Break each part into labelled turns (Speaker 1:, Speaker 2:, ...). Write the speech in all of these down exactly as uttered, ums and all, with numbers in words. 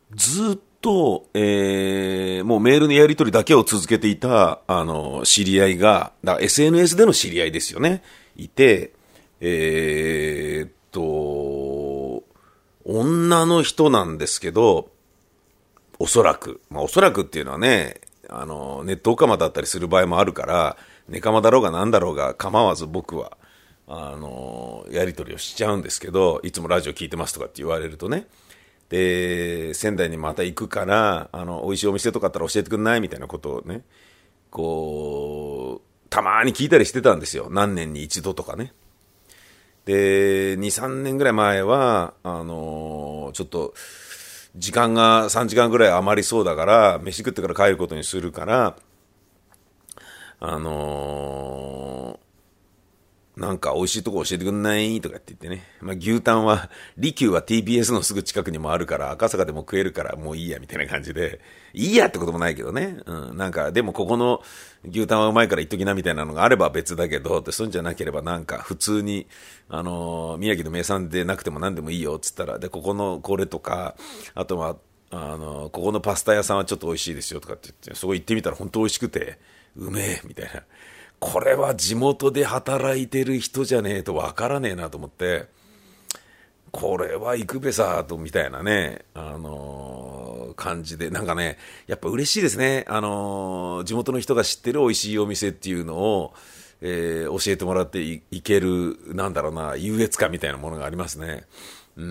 Speaker 1: ずっと、えー、もうメールのやり取りだけを続けていた、あの、知り合いが、だから エスエヌエス での知り合いですよね。いて、えーっと、女の人なんですけど、おそらく、まあおそらくっていうのはね、あの、ネットオカマだったりする場合もあるから、ネカマだろうがなんだろうが構わず僕は、あの、やり取りをしちゃうんですけど、いつもラジオ聞いてますとかって言われるとね、で、仙台にまた行くから、あの、美味しいお店とかあったら教えてくんないみたいなことをね、こう、たまーに聞いたりしてたんですよ。何年に一度とかね。で、に、さんねんぐらい前は、あのーちょっと、時間がさんじかんぐらい余りそうだから、飯食ってから帰ることにするから、あのーなんか美味しいとこ教えてくんないとかって言ってね。まあ、牛タンは、利休は ティービーエス のすぐ近くにもあるから、赤坂でも食えるからもういいや、みたいな感じで。いいやってこともないけどね。うん。なんか、でもここの牛タンはうまいから言っときなみたいなのがあれば別だけど、で、そういうんじゃなければなんか普通に、あのー宮城の名産でなくても何でもいいよ、っつったら、で、ここのこれとか、あとは、あのーここのパスタ屋さんはちょっと美味しいですよとかって言って、そこ行ってみたら本当美味しくて、うめえ、みたいな。これは地元で働いてる人じゃねえとわからねえなと思って、これは行くべさとみたいなね、あのー感じで、なんかね、やっぱ嬉しいですね。あのー地元の人が知ってる美味しいお店っていうのを、えー教えてもらっていいける、なんだろうな、優越感みたいなものがありますね。うん。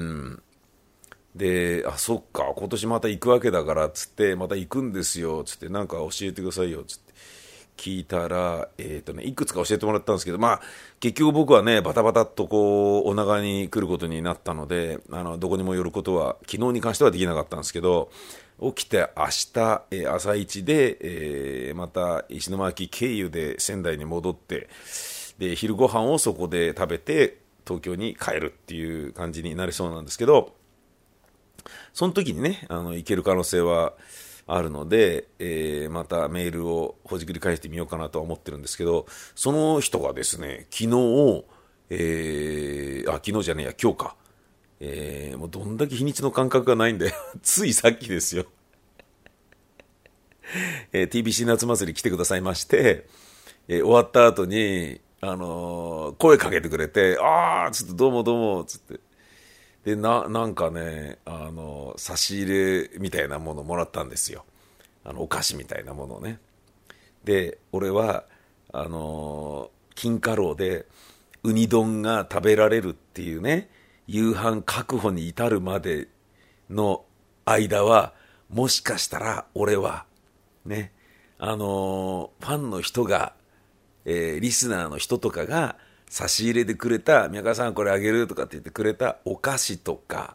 Speaker 1: で、あ、そっか、今年また行くわけだから、つって、また行くんですよ、つって、なんか教えてくださいよ、つって。聞いたら、えっとね、いくつか教えてもらったんですけど、まあ、結局僕はね、バタバタっとこう、お長に来ることになったので、あの、どこにも寄ることは、昨日に関してはできなかったんですけど、起きて明日、えー朝一で、えーまた石巻経由で仙台に戻って、で、昼ご飯をそこで食べて、東京に帰るっていう感じになりそうなんですけど、その時にね、あの、行ける可能性はあるので、えーまたメールをほじくり返してみようかなとは思ってるんですけど、その人がですね、昨日、えー、あ、昨日じゃねえや、今日か。えー、もうどんだけ日にちの感覚がないんで、ついさっきですよ。えー ティービーシー 夏祭り来てくださいまして、えー終わった後に、あのー声かけてくれて、あー、つってどうもどうも、つって。で、な、なんかね、あの、差し入れみたいなものをもらったんですよ。あの、お菓子みたいなものをね。で、俺は、あの、金華楼で、ウニ丼が食べられるっていうね、夕飯確保に至るまでの間は、もしかしたら俺は、ね、あのファンの人が、えーリスナーの人とかが差し入れてくれた、宮川さんこれあげるとかって言ってくれたお菓子とか、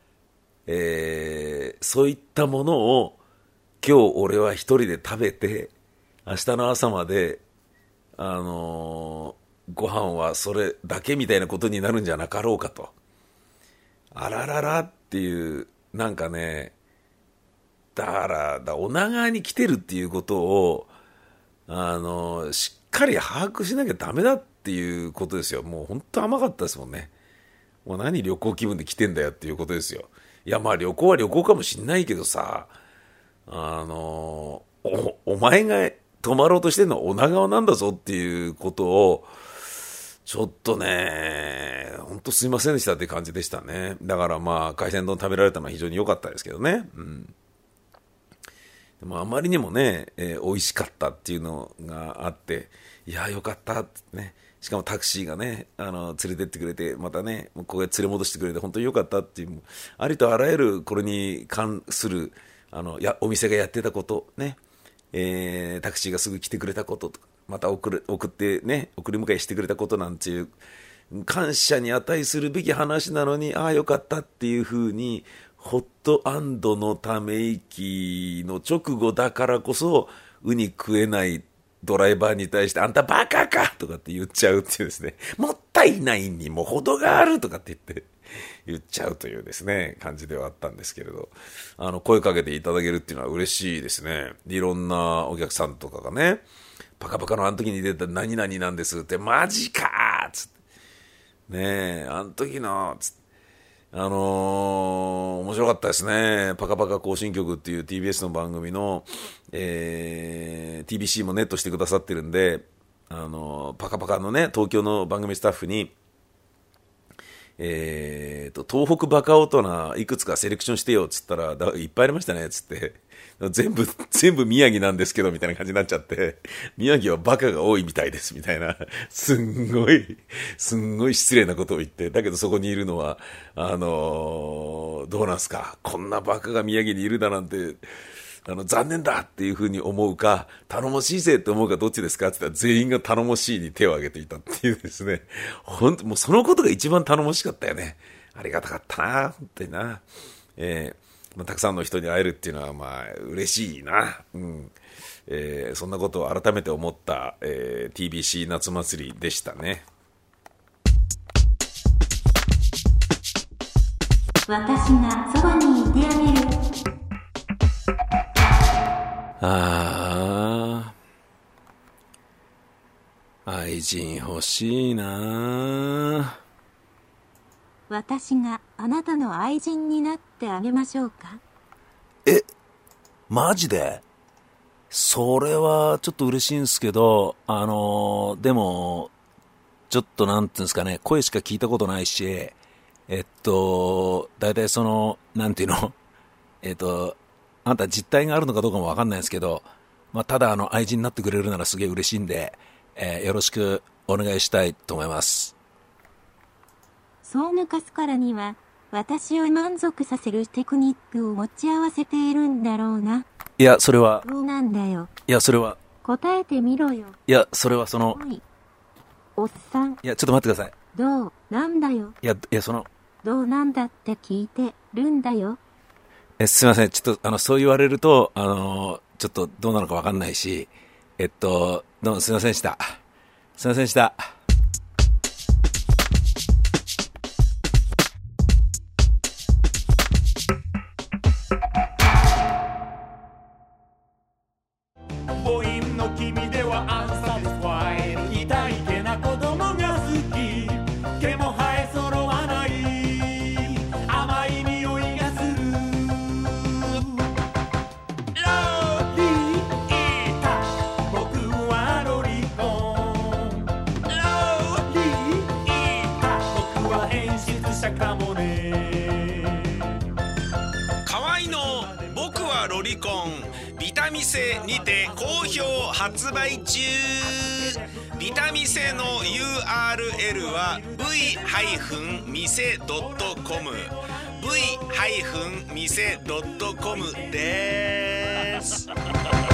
Speaker 1: えーそういったものを今日俺は一人で食べて、明日の朝まで、あのーご飯はそれだけみたいなことになるんじゃなかろうかと。あらららっていう、なんかね、だから、だ女川に来てるっていうことを、あの、しっかり把握しなきゃダメだっていうことですよ。もう本当甘かったですもんね。もう何旅行気分で来てんだよっていうことですよ。いや、まあ旅行は旅行かもしんないけどさ、あの、お、お前が泊まろうとしてるのは女川なんだぞっていうことを、ちょっとね、本当すいませんでしたって感じでしたね。だからまあ、海鮮丼食べられたのは非常に良かったですけどね。うん。でもあまりにもね、えー美味しかったっていうのがあって、いや、よかったってね。しかもタクシーがね、あの、連れてってくれて、またね、ここへ連れ戻してくれて、本当によかったっていう、ありとあらゆるこれに関する、あの、や、お店がやってたこと、ね、えータクシーがすぐ来てくれたこととか、また送る、送ってね、送り迎えしてくれたことなんていう、感謝に値するべき話なのに、ああ、よかったっていうふうに、ホットアンドのため息の直後だからこそ、ウニ食えないドライバーに対して、あんたバカかとかって言っちゃうっていうですね、もったいないにも程があるとかって言って、言っちゃうというですね、感じではあったんですけれど、あの、声かけていただけるっていうのは嬉しいですね。いろんなお客さんとかがね、パカパカのあの時に出た何々なんですって、マジかーっつって、ねえ、あの時の、つって、 あのー、面白かったですね。パカパカ行進曲っていう ティービーエス の番組の、えー、ティービーシー もネットしてくださってるんで、あのー、パカパカのね、東京の番組スタッフに、えーと、東北バカ大人いくつかセレクションしてよっつったら、だいっぱいありましたねっつって、全部、全部宮城なんですけどみたいな感じになっちゃって、宮城はバカが多いみたいですみたいな、すんごい、すんごい失礼なことを言って、だけどそこにいるのは、あのー、どうなんすか、こんなバカが宮城にいるだなんて、あの、残念だっていうふうに思うか、頼もしいぜって思うかどっちですかって言ったら全員が頼もしいに手を挙げていたっていうですね。本当もうそのことが一番頼もしかったよね。ありがたかったな、本当にな。えー、まあ、たくさんの人に会えるっていうのはまあ嬉しいな。うん。えー、そんなことを改めて思った、えー、ティービーシー 夏祭りでしたね。
Speaker 2: 私がそばにいてあげる。
Speaker 1: ああ、愛人欲しいな。
Speaker 2: 私があなたの愛人になってあげましょうか。
Speaker 3: え、マジで？それはちょっと嬉しいんですけど、あのー、でも、ちょっとなんていうんですかね、声しか聞いたことないし、えっと、だいたいその、なんていうの、えっと、あんた実態があるのかどうかもわかんないですけど、まあ、ただあの愛人になってくれるならすげえ嬉しいんで、えー、よろしくお願いしたいと思います。
Speaker 2: そう抜かすからには、私を満足させるテクニックを持ち合わせているんだろうな。
Speaker 3: いや、それは。
Speaker 2: どうなんだよ。
Speaker 3: いや、それは。
Speaker 2: 答えてみろよ。
Speaker 3: いや、それはその。
Speaker 2: おい、おっさん。
Speaker 3: いや、ちょっと待ってください。
Speaker 2: どうなんだよ。
Speaker 3: いや、いや、その。
Speaker 2: どうなんだって聞いてるんだよ。
Speaker 3: え、すいません。ちょっと、あの、そう言われると、あの、ちょっとどうなのかわかんないし、えっと、どうもすいませんでした。すいませんでした。
Speaker 4: 母音の君ではアンサティスファイ痛いけな子供が好き毛も生え揃わない甘い匂いがするロリータ僕はロリコンロリータ僕は演出者かもね
Speaker 5: 河合の僕はロリコンビタミセにて好評発売中。ビタミセの ユーアールエル は ブイ ミセ ドットコム ブイ ミセ ドットコム です。